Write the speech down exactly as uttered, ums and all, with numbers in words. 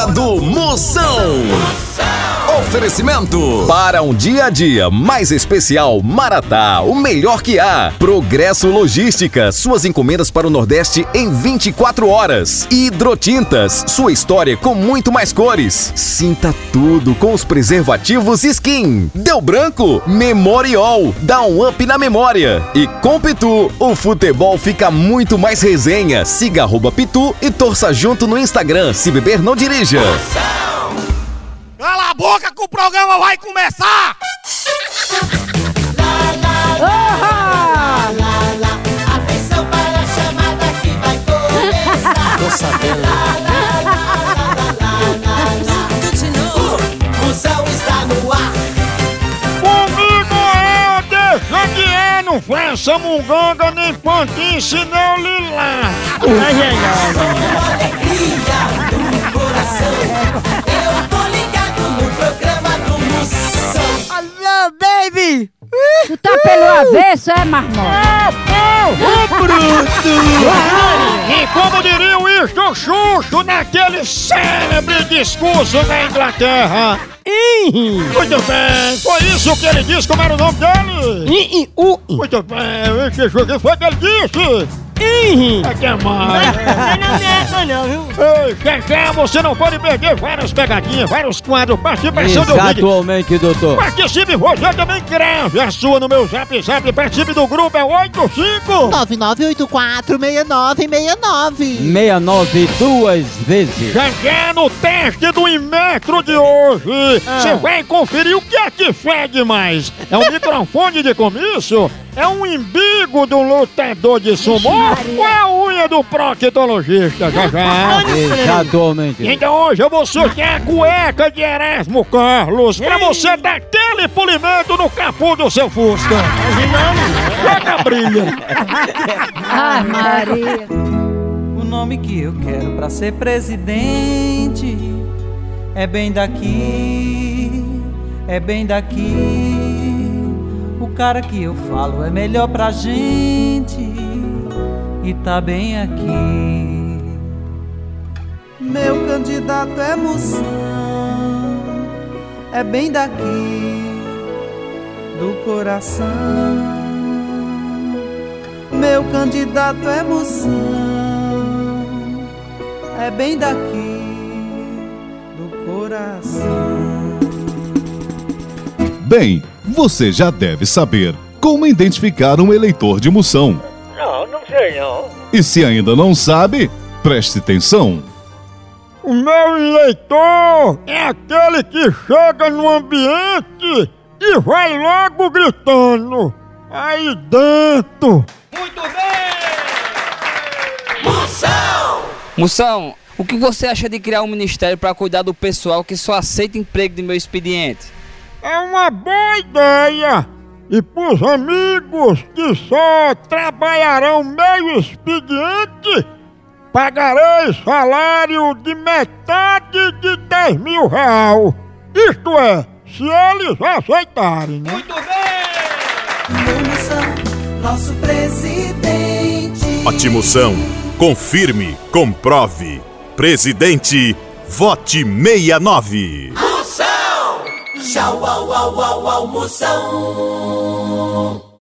Mercado Moção. Oferecimento para um dia a dia mais especial. Maratá, o melhor que há. Progresso Logística, suas encomendas para o Nordeste em vinte e quatro horas. Hidrotintas, sua história com muito mais cores. Sinta tudo com os preservativos Skin. Deu branco? Memorial, dá um up na memória. E com Pitu, o futebol fica muito mais resenha. Siga arroba Pitu e torça junto no Instagram. Se beber, não dirija. Cala a boca que o programa vai começar! Atenção para a chamada que vai começar. Tô sabendo. O Moção está no ar. Comigo é o Deixa não faça munganga nem pantice, nem lilás. Alegria no coração. Eu tô ligado no programa do Moção. Alô, baby! Tu tá pelo avesso, é, marmota? Ô, bruto! E como diria o Winston Churchill naquele célebre discurso na Inglaterra. Muito bem, foi isso que ele disse, como era o nome dele? Muito bem, o que foi que ele disse? Aqui é mais. Não, não, viu? Ei, Xexé, você não pode perder várias pegadinhas, vários quadros, participação do vídeo. Exatamente, doutor. Participe, você também grave a sua no meu zap zap, participe do grupo, é oito cinco nove nove oito quatro seis nove seis nove. sessenta e nove duas vezes. Xexé, no teste do Inmetro de hoje, você vai conferir o que é que fede mais. É um microfone de comício? É um imbigo do lutador de sumô? Ou é a unha do proctologista, já já? Exatamente. Então hoje eu vou sortear a cueca de Erasmo Carlos pra você dar aquele polimento no capô do seu Fusca. Joga brilha. Ai, Maria. O nome que eu quero pra ser presidente é bem daqui, é bem daqui. O cara que eu falo é melhor pra gente e tá bem aqui. Meu candidato é Moção, é bem daqui do coração. Meu candidato é Moção, é bem daqui do coração. Bem, você já deve saber como identificar um eleitor de Moção. Não, não sei não. E se ainda não sabe, preste atenção. O meu eleitor é aquele que chega no ambiente e vai logo gritando: aí dentro! Muito bem! Moção! Moção, o que você acha de criar um ministério para cuidar do pessoal que só aceita emprego de meu expediente? É uma boa ideia! E pros amigos que só trabalharão meio expediente, pagarei salário de metade de dez mil reais. Isto é, se eles aceitarem, né? Muito bem! Moção, nosso presidente. Vote Moção. Confirme, comprove. Presidente, vote sessenta e nove. Moção! Tchau, au, au, au, au, Moção!